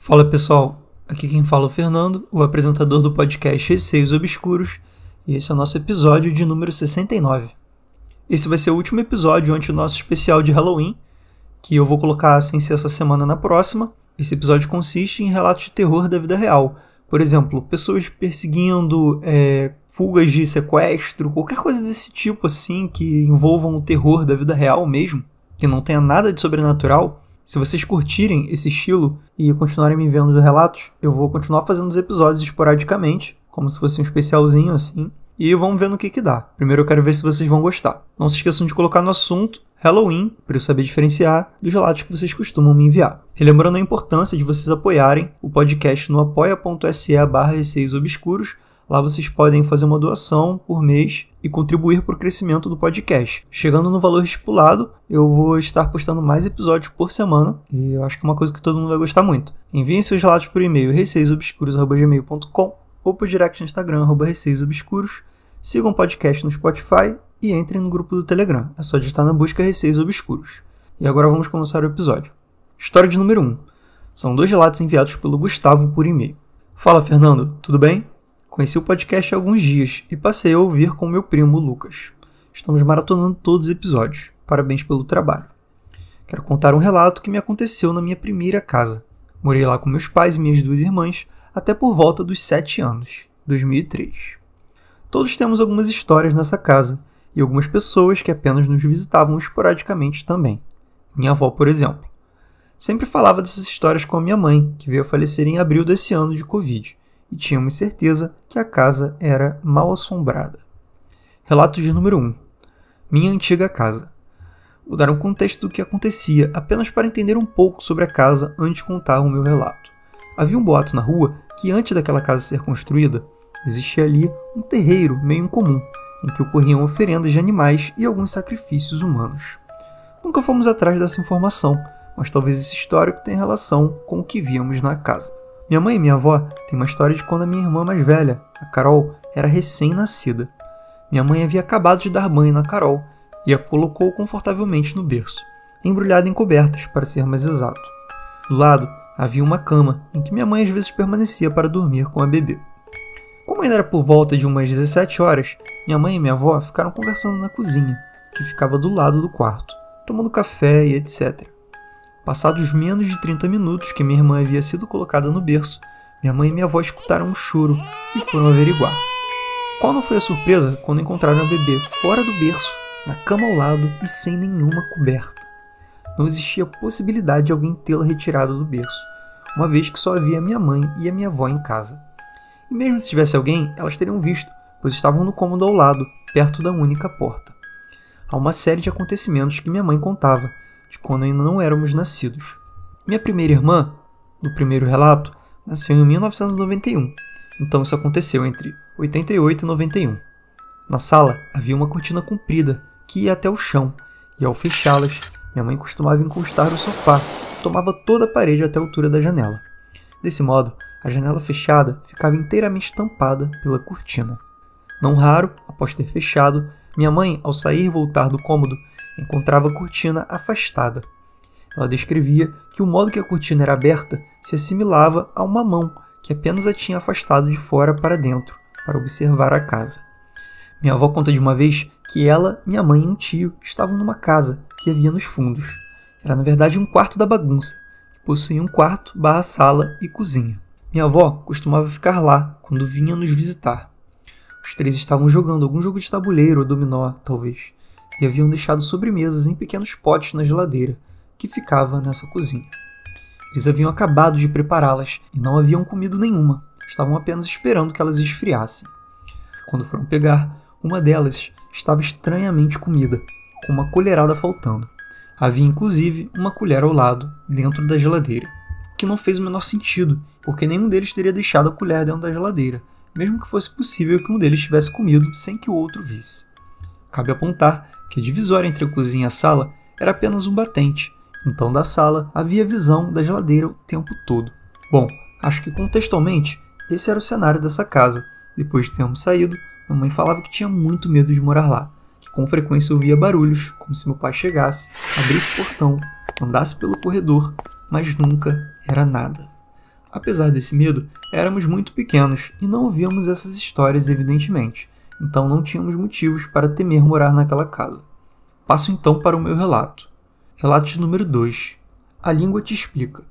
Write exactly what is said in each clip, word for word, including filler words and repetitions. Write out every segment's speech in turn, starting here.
Fala pessoal, aqui quem fala é o Fernando, o apresentador do podcast Receios Obscuros, e esse é o nosso episódio de número sessenta e nove. Esse vai ser o último episódio antes do nosso especial de Halloween, que eu vou colocar sem ser essa semana na próxima. Esse episódio consiste em relatos de terror da vida real. Por exemplo, pessoas perseguindo, é, fugas de sequestro, qualquer coisa desse tipo assim que envolvam o terror da vida real mesmo, que não tenha nada de sobrenatural. Se vocês curtirem esse estilo e continuarem me vendo os relatos, eu vou continuar fazendo os episódios esporadicamente, como se fosse um especialzinho assim, e vamos ver no que que dá. Primeiro eu quero ver se vocês vão gostar. Não se esqueçam de colocar no assunto Halloween, para eu saber diferenciar dos relatos que vocês costumam me enviar. Relembrando a importância de vocês apoiarem o podcast no apoia.se barra Receios Obscuros. Lá vocês podem fazer uma doação por mês e contribuir para o crescimento do podcast. Chegando no valor estipulado, eu vou estar postando mais episódios por semana, e eu acho que é uma coisa que todo mundo vai gostar muito. Enviem seus relatos por e-mail receiosobscuros arroba gmail ponto com ou por direct no Instagram, arroba receiosobscuros. Sigam o podcast no Spotify e entrem no grupo do Telegram. É só digitar na busca Receios Obscuros. E agora vamos começar o episódio. História de número um. São dois relatos enviados pelo Gustavo por e-mail. Fala, Fernando, tudo bem? Conheci o podcast há alguns dias e passei a ouvir com meu primo Lucas. Estamos maratonando todos os episódios. Parabéns pelo trabalho. Quero contar um relato que me aconteceu na minha primeira casa. Morei lá com meus pais e minhas duas irmãs até por volta dos sete anos, dois mil e três. Todos temos algumas histórias nessa casa e algumas pessoas que apenas nos visitavam esporadicamente também. Minha avó, por exemplo. Sempre falava dessas histórias com a minha mãe, que veio a falecer em abril desse ano de Covid. E tínhamos certeza que a casa era mal assombrada. Relato de número um. Minha antiga casa. Vou dar um contexto do que acontecia, apenas para entender um pouco sobre a casa antes de contar o meu relato. Havia um boato na rua que antes daquela casa ser construída, existia ali um terreiro meio incomum, em que ocorriam oferendas de animais e alguns sacrifícios humanos. Nunca fomos atrás dessa informação, mas talvez esse histórico tenha relação com o que víamos na casa. Minha mãe e minha avó têm uma história de quando a minha irmã mais velha, a Carol, era recém-nascida. Minha mãe havia acabado de dar banho na Carol e a colocou confortavelmente no berço, embrulhada em cobertas, para ser mais exato. Do lado havia uma cama em que minha mãe às vezes permanecia para dormir com a bebê. Como ainda era por volta de umas dezessete horas, minha mãe e minha avó ficaram conversando na cozinha, que ficava do lado do quarto, tomando café e etcétera. Passados menos de trinta minutos que minha irmã havia sido colocada no berço, minha mãe e minha avó escutaram um choro e foram averiguar. Qual não foi a surpresa quando encontraram a bebê fora do berço, na cama ao lado e sem nenhuma coberta. Não existia possibilidade de alguém tê-la retirado do berço, uma vez que só havia minha mãe e a minha avó em casa. E mesmo se tivesse alguém, elas teriam visto, pois estavam no cômodo ao lado, perto da única porta. Há uma série de acontecimentos que minha mãe contava, de quando ainda não éramos nascidos. Minha primeira irmã, no primeiro relato, nasceu em mil novecentos e noventa e um, então isso aconteceu entre oitenta e oito e noventa e um. Na sala havia uma cortina comprida que ia até o chão, e ao fechá-las, minha mãe costumava encostar o sofá, que tomava toda a parede até a altura da janela. Desse modo, a janela fechada ficava inteiramente tampada pela cortina. Não raro, após ter fechado, minha mãe, ao sair e voltar do cômodo, encontrava a cortina afastada. Ela descrevia que o modo que a cortina era aberta se assimilava a uma mão que apenas a tinha afastado de fora para dentro, para observar a casa. Minha avó conta de uma vez que ela, minha mãe e um tio estavam numa casa que havia nos fundos. Era na verdade um quarto da bagunça, que possuía um quarto, barra sala e cozinha. Minha avó costumava ficar lá quando vinha nos visitar. Os três estavam jogando algum jogo de tabuleiro ou dominó, talvez, e haviam deixado sobremesas em pequenos potes na geladeira, que ficava nessa cozinha. Eles haviam acabado de prepará-las e não haviam comido nenhuma, estavam apenas esperando que elas esfriassem. Quando foram pegar, uma delas estava estranhamente comida, com uma colherada faltando. Havia inclusive uma colher ao lado, dentro da geladeira, o que não fez o menor sentido, porque nenhum deles teria deixado a colher dentro da geladeira, mesmo que fosse possível que um deles tivesse comido sem que o outro visse. Cabe apontar que a divisória entre a cozinha e a sala era apenas um batente, então da sala havia visão da geladeira o tempo todo. Bom, acho que contextualmente esse era o cenário dessa casa. Depois de termos saído, minha mãe falava que tinha muito medo de morar lá, que com frequência ouvia barulhos, como se meu pai chegasse, abrisse o portão, andasse pelo corredor, mas nunca era nada. Apesar desse medo, éramos muito pequenos e não ouvíamos essas histórias evidentemente, então não tínhamos motivos para temer morar naquela casa. Passo então para o meu relato. Relato de número dois. A língua te explica.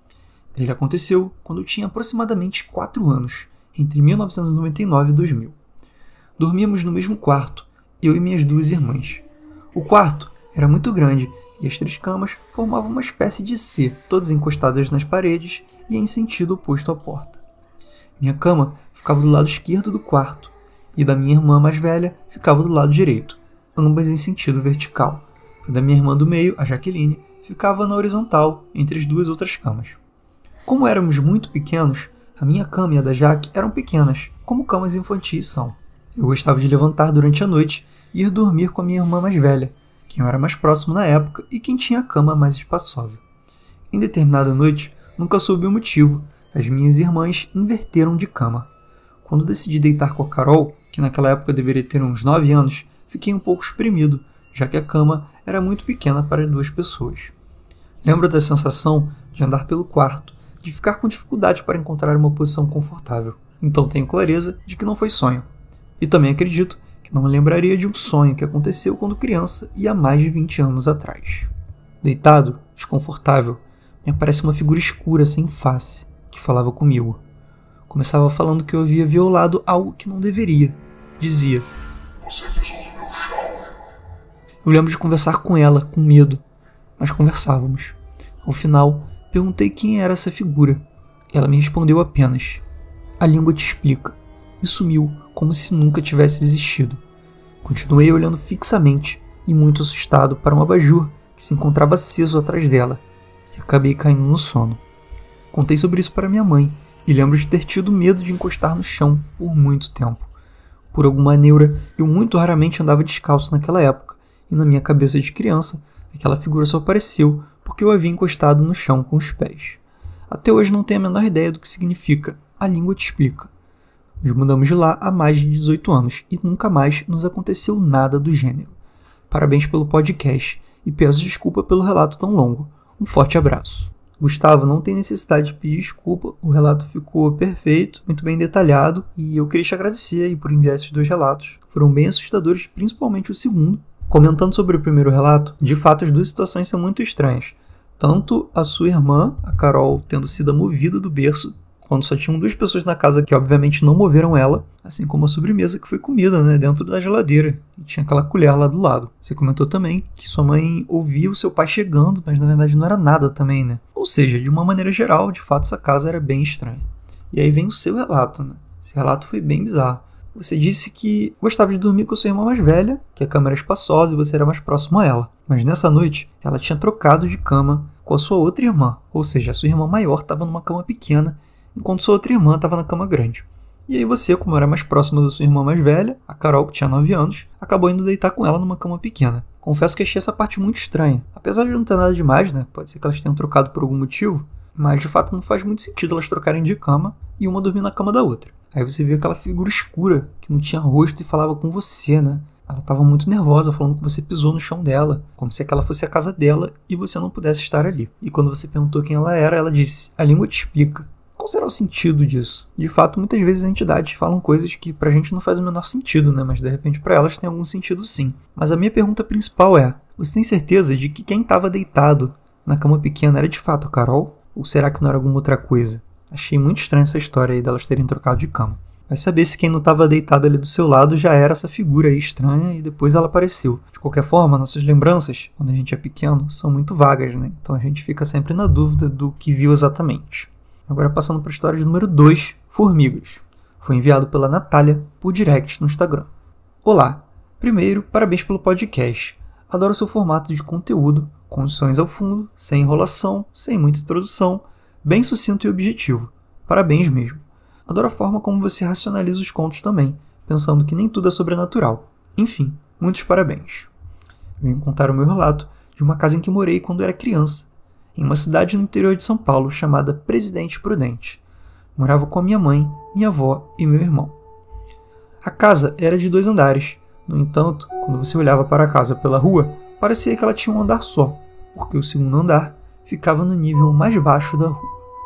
Ele aconteceu quando eu tinha aproximadamente quatro anos, entre mil novecentos e noventa e nove e dois mil. Dormíamos no mesmo quarto, eu e minhas duas irmãs. O quarto era muito grande e as três camas formavam uma espécie de C, todas encostadas nas paredes e em sentido oposto à porta. Minha cama ficava do lado esquerdo do quarto e da minha irmã mais velha ficava do lado direito, ambas em sentido vertical. A da minha irmã do meio, a Jaqueline, ficava na horizontal entre as duas outras camas. Como éramos muito pequenos, a minha cama e a da Jaque eram pequenas, como camas infantis são. Eu gostava de levantar durante a noite e ir dormir com a minha irmã mais velha, quem eu era mais próximo na época e quem tinha a cama mais espaçosa. Em determinada noite, nunca soube o motivo, as minhas irmãs inverteram de cama. Quando decidi deitar com a Carol, que naquela época deveria ter uns nove anos, fiquei um pouco espremido, já que a cama era muito pequena para duas pessoas. Lembro da sensação de andar pelo quarto, de ficar com dificuldade para encontrar uma posição confortável. Então tenho clareza de que não foi sonho. E também acredito que não me lembraria de um sonho que aconteceu quando criança e há mais de vinte anos atrás. Deitado, desconfortável, me aparece uma figura escura sem face, que falava comigo. Começava falando que eu havia violado algo que não deveria. Dizia: "Você pisou no meu chão." Eu lembro de conversar com ela, com medo, mas conversávamos. Ao final, perguntei quem era essa figura. Ela me respondeu apenas: "A língua te explica." E sumiu, como se nunca tivesse existido. Continuei olhando fixamente e muito assustado para um abajur que se encontrava aceso atrás dela, e acabei caindo no sono. Contei sobre isso para minha mãe, e lembro de ter tido medo de encostar no chão por muito tempo. Por alguma neura, eu muito raramente andava descalço naquela época, e na minha cabeça de criança, aquela figura só apareceu porque eu havia encostado no chão com os pés. Até hoje não tenho a menor ideia do que significa. A língua te explica. Nos mudamos de lá há mais de dezoito anos e nunca mais nos aconteceu nada do gênero. Parabéns pelo podcast e peço desculpa pelo relato tão longo. Um forte abraço. Gustavo, não tem necessidade de pedir desculpa, o relato ficou perfeito, muito bem detalhado, e eu queria te agradecer aí por enviar esses dois relatos, que foram bem assustadores, principalmente o segundo. Comentando sobre o primeiro relato, de fato as duas situações são muito estranhas. Tanto a sua irmã, a Carol, tendo sido movida do berço, quando só tinham duas pessoas na casa que obviamente não moveram ela, assim como a sobremesa que foi comida, né, dentro da geladeira, e tinha aquela colher lá do lado. Você comentou também que sua mãe ouvia o seu pai chegando, mas na verdade não era nada também, né? Ou seja, de uma maneira geral, de fato essa casa era bem estranha. E aí vem o seu relato, né? Esse relato foi bem bizarro. Você disse que gostava de dormir com a sua irmã mais velha, que a cama era espaçosa e você era mais próximo a ela. Mas nessa noite, ela tinha trocado de cama com a sua outra irmã, ou seja, a sua irmã maior estava numa cama pequena, enquanto sua outra irmã estava na cama grande. E aí você, como era mais próximo da sua irmã mais velha, a Carol, que tinha nove anos, acabou indo deitar com ela numa cama pequena. Confesso que achei essa parte muito estranha. Apesar de não ter nada demais, né? Pode ser que elas tenham trocado por algum motivo, mas de fato não faz muito sentido elas trocarem de cama e uma dormir na cama da outra. Aí você vê aquela figura escura, que não tinha rosto e falava com você, né? Ela estava muito nervosa, falando que você pisou no chão dela, como se aquela fosse a casa dela e você não pudesse estar ali. E quando você perguntou quem ela era, ela disse: "A língua te explica." Qual será o sentido disso? De fato, muitas vezes as entidades falam coisas que pra gente não faz o menor sentido, né? Mas de repente pra elas tem algum sentido sim. Mas a minha pergunta principal é: você tem certeza de que quem estava deitado na cama pequena era de fato a Carol? Ou será que não era alguma outra coisa? Achei muito estranha essa história aí delas terem trocado de cama. Vai saber se quem não estava deitado ali do seu lado já era essa figura aí estranha e depois ela apareceu. De qualquer forma, nossas lembranças, quando a gente é pequeno, são muito vagas, né? Então a gente fica sempre na dúvida do que viu exatamente. Agora passando para a história de número dois, Formigas. Foi enviado pela Natália por direct no Instagram. Olá! Primeiro, parabéns pelo podcast. Adoro seu formato de conteúdo, com sons ao fundo, sem enrolação, sem muita introdução, bem sucinto e objetivo. Parabéns mesmo. Adoro a forma como você racionaliza os contos também, pensando que nem tudo é sobrenatural. Enfim, muitos parabéns. Venho contar o meu relato de uma casa em que morei quando era criança, em uma cidade no interior de São Paulo chamada Presidente Prudente. Morava com a minha mãe, minha avó e meu irmão. A casa era de dois andares. No entanto, quando você olhava para a casa pela rua, parecia que ela tinha um andar só, porque o segundo andar ficava no nível mais baixo da rua.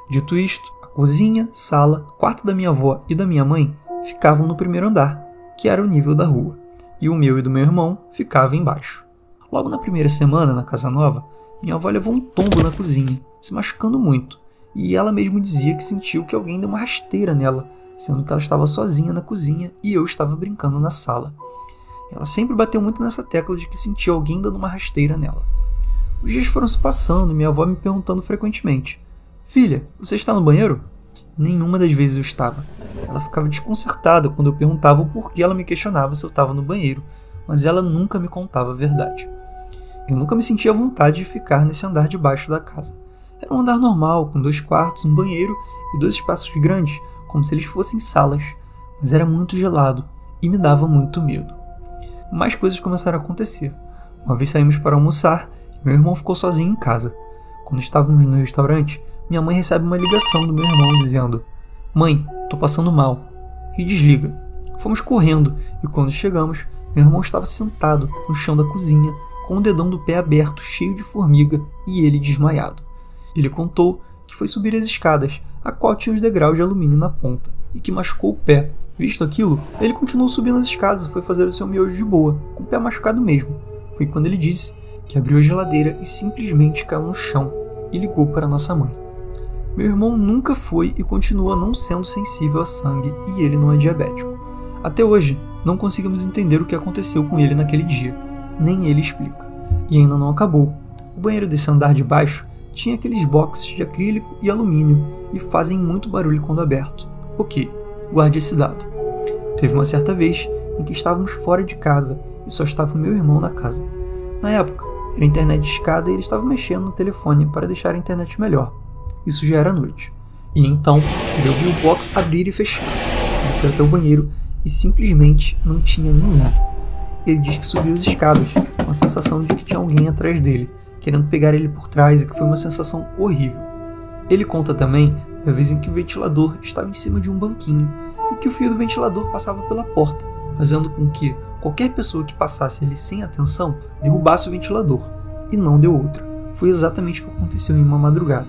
Dito isto, a cozinha, sala, quarto da minha avó e da minha mãe ficavam no primeiro andar, que era o nível da rua, e o meu e do meu irmão ficava embaixo. Logo na primeira semana, na casa nova, minha avó levou um tombo na cozinha, se machucando muito, e ela mesmo dizia que sentiu que alguém deu uma rasteira nela, sendo que ela estava sozinha na cozinha e eu estava brincando na sala. Ela sempre bateu muito nessa tecla de que sentia alguém dando uma rasteira nela. Os dias foram se passando e minha avó me perguntando frequentemente: "Filha, você está no banheiro?" Nenhuma das vezes eu estava. Ela ficava desconcertada quando eu perguntava o porquê ela me questionava se eu estava no banheiro, mas ela nunca me contava a verdade. Eu nunca me sentia à vontade de ficar nesse andar de baixo da casa. Era um andar normal, com dois quartos, um banheiro e dois espaços grandes, como se eles fossem salas, mas era muito gelado e me dava muito medo. Mais coisas começaram a acontecer. Uma vez saímos para almoçar e meu irmão ficou sozinho em casa. Quando estávamos no restaurante, minha mãe recebe uma ligação do meu irmão dizendo: "Mãe, tô passando mal." E desliga. Fomos correndo e quando chegamos, meu irmão estava sentado no chão da cozinha, com o dedão do pé aberto, cheio de formiga, e ele desmaiado. Ele contou que foi subir as escadas, a qual tinha os degraus de alumínio na ponta, e que machucou o pé. Visto aquilo, ele continuou subindo as escadas e foi fazer o seu miojo de boa, com o pé machucado mesmo. Foi quando ele disse que abriu a geladeira e simplesmente caiu no chão e ligou para nossa mãe. Meu irmão nunca foi e continua não sendo sensível a sangue e ele não é diabético. Até hoje, não conseguimos entender o que aconteceu com ele naquele dia. Nem ele explica. E ainda não acabou. O banheiro desse andar de baixo tinha aqueles boxes de acrílico e alumínio e fazem muito barulho quando aberto. Ok, guarde esse dado. Teve uma certa vez em que estávamos fora de casa e só estava meu irmão na casa. Na época, era internet de escada e ele estava mexendo no telefone para deixar a internet melhor. Isso já era noite. E então, ele ouviu o box abrir e fechar. Ele foi até o banheiro e simplesmente não tinha ninguém. Ele disse que subiu as escadas, com a sensação de que tinha alguém atrás dele, querendo pegar ele por trás e que foi uma sensação horrível. Ele conta também da vez em que o ventilador estava em cima de um banquinho e que o fio do ventilador passava pela porta, fazendo com que qualquer pessoa que passasse ali sem atenção derrubasse o ventilador, e não deu outra. Foi exatamente o que aconteceu em uma madrugada.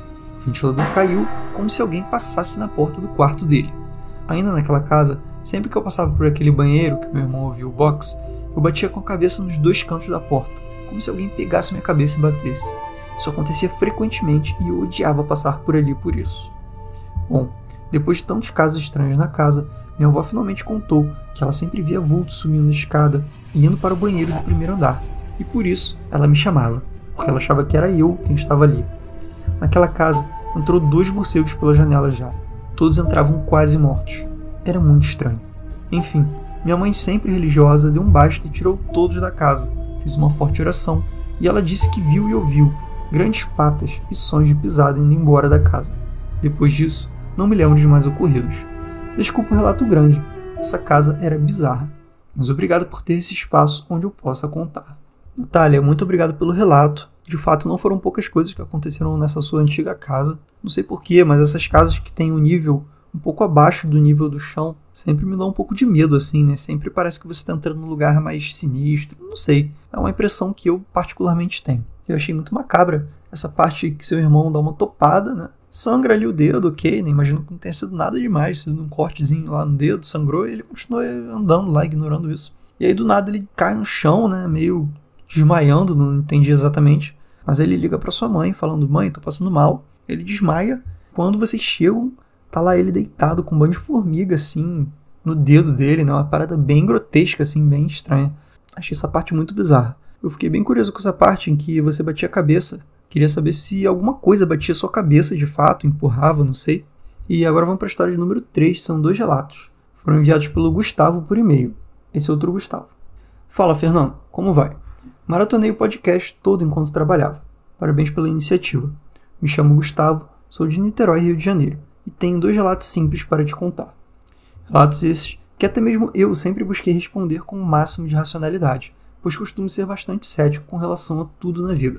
O ventilador caiu como se alguém passasse na porta do quarto dele. Ainda naquela casa, sempre que eu passava por aquele banheiro que meu irmão ouviu o box, eu batia com a cabeça nos dois cantos da porta, como se alguém pegasse minha cabeça e batesse. Isso acontecia frequentemente e eu odiava passar por ali por isso. Bom, depois de tantos casos estranhos na casa, minha avó finalmente contou que ela sempre via vultos subindo a escada e indo para o banheiro do primeiro andar, e por isso ela me chamava, porque ela achava que era eu quem estava ali. Naquela casa, entrou dois morcegos pela janela já. Todos entravam quase mortos. Era muito estranho. Enfim, minha mãe, sempre religiosa, deu um basta e tirou todos da casa. Fiz uma forte oração e ela disse que viu e ouviu grandes patas e sons de pisada indo embora da casa. Depois disso, não me lembro de mais ocorridos. Desculpa o relato grande, essa casa era bizarra, mas obrigado por ter esse espaço onde eu possa contar. Natália, muito obrigado pelo relato. De fato, não foram poucas coisas que aconteceram nessa sua antiga casa. Não sei porquê, mas essas casas que têm um nível um pouco abaixo do nível do chão sempre me dão um pouco de medo, assim, né? Sempre parece que você está entrando num lugar mais sinistro. Não sei, é uma impressão que eu particularmente tenho. Eu achei muito macabra essa parte que seu irmão dá uma topada, né? Sangra ali o dedo, ok, né? Imagino que não tenha sido nada demais, sido um cortezinho lá no dedo, sangrou e ele continua andando lá, ignorando isso. E aí do nada ele cai no chão, né? Meio desmaiando, não entendi exatamente. Mas aí ele liga pra sua mãe, falando: "Mãe, tô passando mal." Ele desmaia. Quando vocês chegam, tá lá ele deitado com um bando de formiga, assim, no dedo dele, né? Uma parada bem grotesca, assim, bem estranha. Achei essa parte muito bizarra. Eu fiquei bem curioso com essa parte em que você batia a cabeça. Queria saber se alguma coisa batia a sua cabeça de fato, empurrava, não sei. E agora vamos para a história de número três, são dois relatos. Foram enviados pelo Gustavo por e-mail. Esse é outro Gustavo. Fala, Fernando, como vai? Maratonei o podcast todo enquanto trabalhava. Parabéns pela iniciativa. Me chamo Gustavo, sou de Niterói, Rio de Janeiro, e tenho dois relatos simples para te contar. Relatos esses que até mesmo eu sempre busquei responder com o máximo de racionalidade, pois costumo ser bastante cético com relação a tudo na vida.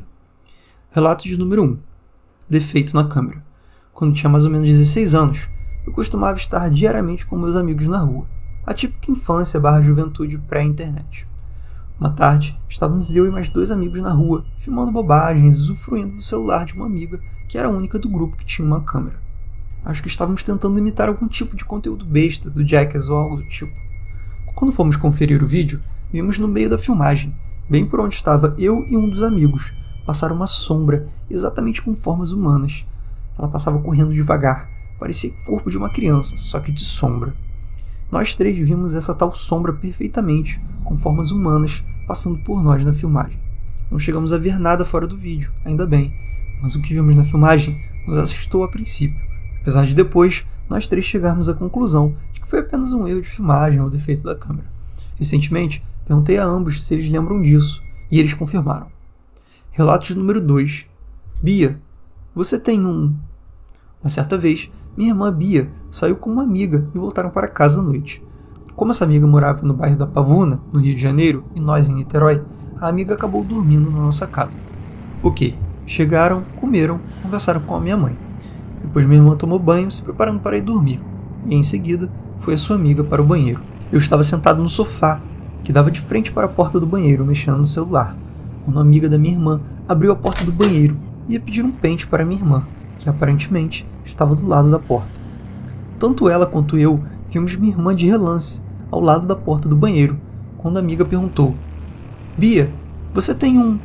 Relato de número um. Defeito na câmera. Quando tinha mais ou menos dezesseis anos, eu costumava estar diariamente com meus amigos na rua. A típica infância barra juventude pré-internet. Uma tarde, estávamos eu e mais dois amigos na rua, filmando bobagens e usufruindo do celular de uma amiga que era a única do grupo que tinha uma câmera. Acho que estávamos tentando imitar algum tipo de conteúdo besta, do Jackass ou algo do tipo. Quando fomos conferir o vídeo, vimos no meio da filmagem, bem por onde estava eu e um dos amigos, passar uma sombra exatamente com formas humanas. Ela passava correndo devagar, parecia o corpo de uma criança, só que de sombra. Nós três vimos essa tal sombra perfeitamente, com formas humanas, passando por nós na filmagem. Não chegamos a ver nada fora do vídeo, ainda bem, mas o que vimos na filmagem nos assustou a princípio, apesar de depois nós três chegarmos à conclusão de que foi apenas um erro de filmagem ou defeito da câmera. Recentemente, perguntei a ambos se eles lembram disso, e eles confirmaram. Relatos número dois. Bia, você tem um... Uma certa vez, minha irmã Bia saiu com uma amiga e voltaram para casa à noite. Como essa amiga morava no bairro da Pavuna, no Rio de Janeiro, e nós em Niterói, a amiga acabou dormindo na nossa casa. O quê? Chegaram, comeram, conversaram com a minha mãe. Depois minha irmã tomou banho, se preparando para ir dormir, e em seguida foi a sua amiga para o banheiro. Eu estava sentado no sofá, que dava de frente para a porta do banheiro, mexendo no celular, quando a amiga da minha irmã abriu a porta do banheiro e ia pedir um pente para minha irmã, que aparentemente estava do lado da porta. Tanto ela quanto eu vimos minha irmã de relance, ao lado da porta do banheiro, quando a amiga perguntou: Bia, você tem um...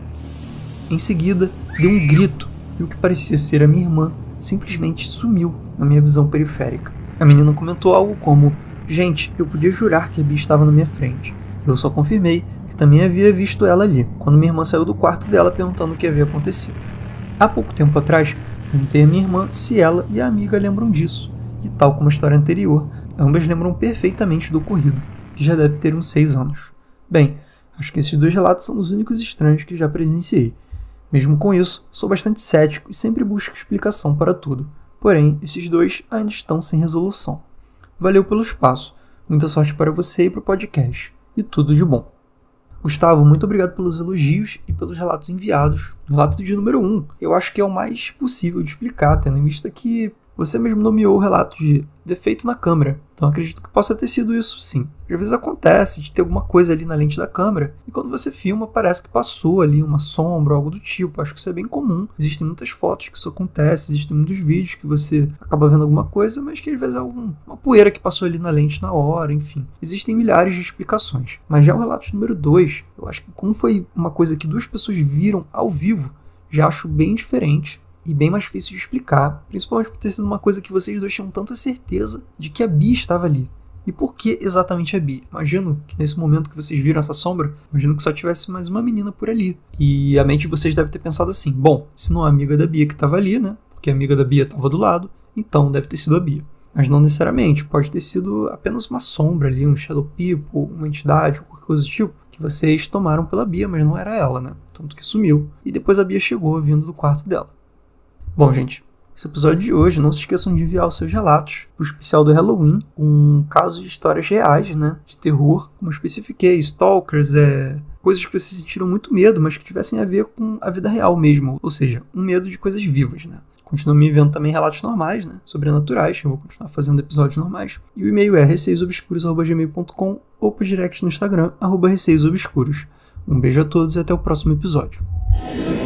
Em seguida, deu um grito, e o que parecia ser a minha irmã simplesmente sumiu na minha visão periférica. A menina comentou algo como: gente, eu podia jurar que a Bia estava na minha frente. Eu só confirmei que também havia visto ela ali, quando minha irmã saiu do quarto dela perguntando o que havia acontecido. Há pouco tempo atrás, perguntei a minha irmã se ela e a amiga lembram disso, e tal como a história anterior, ambas lembram perfeitamente do ocorrido, que já deve ter uns seis anos. Bem, acho que esses dois relatos são os únicos estranhos que já presenciei. Mesmo com isso, sou bastante cético e sempre busco explicação para tudo. Porém, esses dois ainda estão sem resolução. Valeu pelo espaço, muita sorte para você e para o podcast, e tudo de bom. Gustavo, muito obrigado pelos elogios e pelos relatos enviados. O relato de número um, eu acho que é o mais possível de explicar, tendo em vista que você mesmo nomeou o relato de defeito na câmera. Então acredito que possa ter sido isso sim. Às vezes acontece de ter alguma coisa ali na lente da câmera e quando você filma parece que passou ali uma sombra ou algo do tipo. Acho que isso é bem comum. Existem muitas fotos que isso acontece, existem muitos vídeos que você acaba vendo alguma coisa, mas que às vezes é alguma poeira que passou ali na lente na hora, enfim. Existem milhares de explicações. Mas já o relato número dois, eu acho que como foi uma coisa que duas pessoas viram ao vivo, já acho bem diferente. E bem mais difícil de explicar, principalmente por ter sido uma coisa que vocês dois tinham tanta certeza de que a Bia estava ali. E por que exatamente a Bia? Imagino que nesse momento que vocês viram essa sombra, imagino que só tivesse mais uma menina por ali. E a mente de vocês deve ter pensado assim, bom, se não é a amiga da Bia que estava ali, né? Porque a amiga da Bia estava do lado, então deve ter sido a Bia. Mas não necessariamente, pode ter sido apenas uma sombra ali, um shadow people, uma entidade, qualquer coisa do tipo, que vocês tomaram pela Bia, mas não era ela, né? Tanto que sumiu. E depois a Bia chegou vindo do quarto dela. Bom, gente, esse episódio de hoje, não se esqueçam de enviar os seus relatos para o especial do Halloween, com casos de histórias reais, né, de terror, como eu especifiquei, stalkers, é, coisas que vocês sentiram muito medo, mas que tivessem a ver com a vida real mesmo, ou seja, um medo de coisas vivas, né. Continuo me enviando também relatos normais, né, sobrenaturais, eu vou continuar fazendo episódios normais. E o e-mail é receiosobscuros arroba gmail ponto com ou por direct no Instagram, arroba receiosobscuros. Um beijo a todos e até o próximo episódio.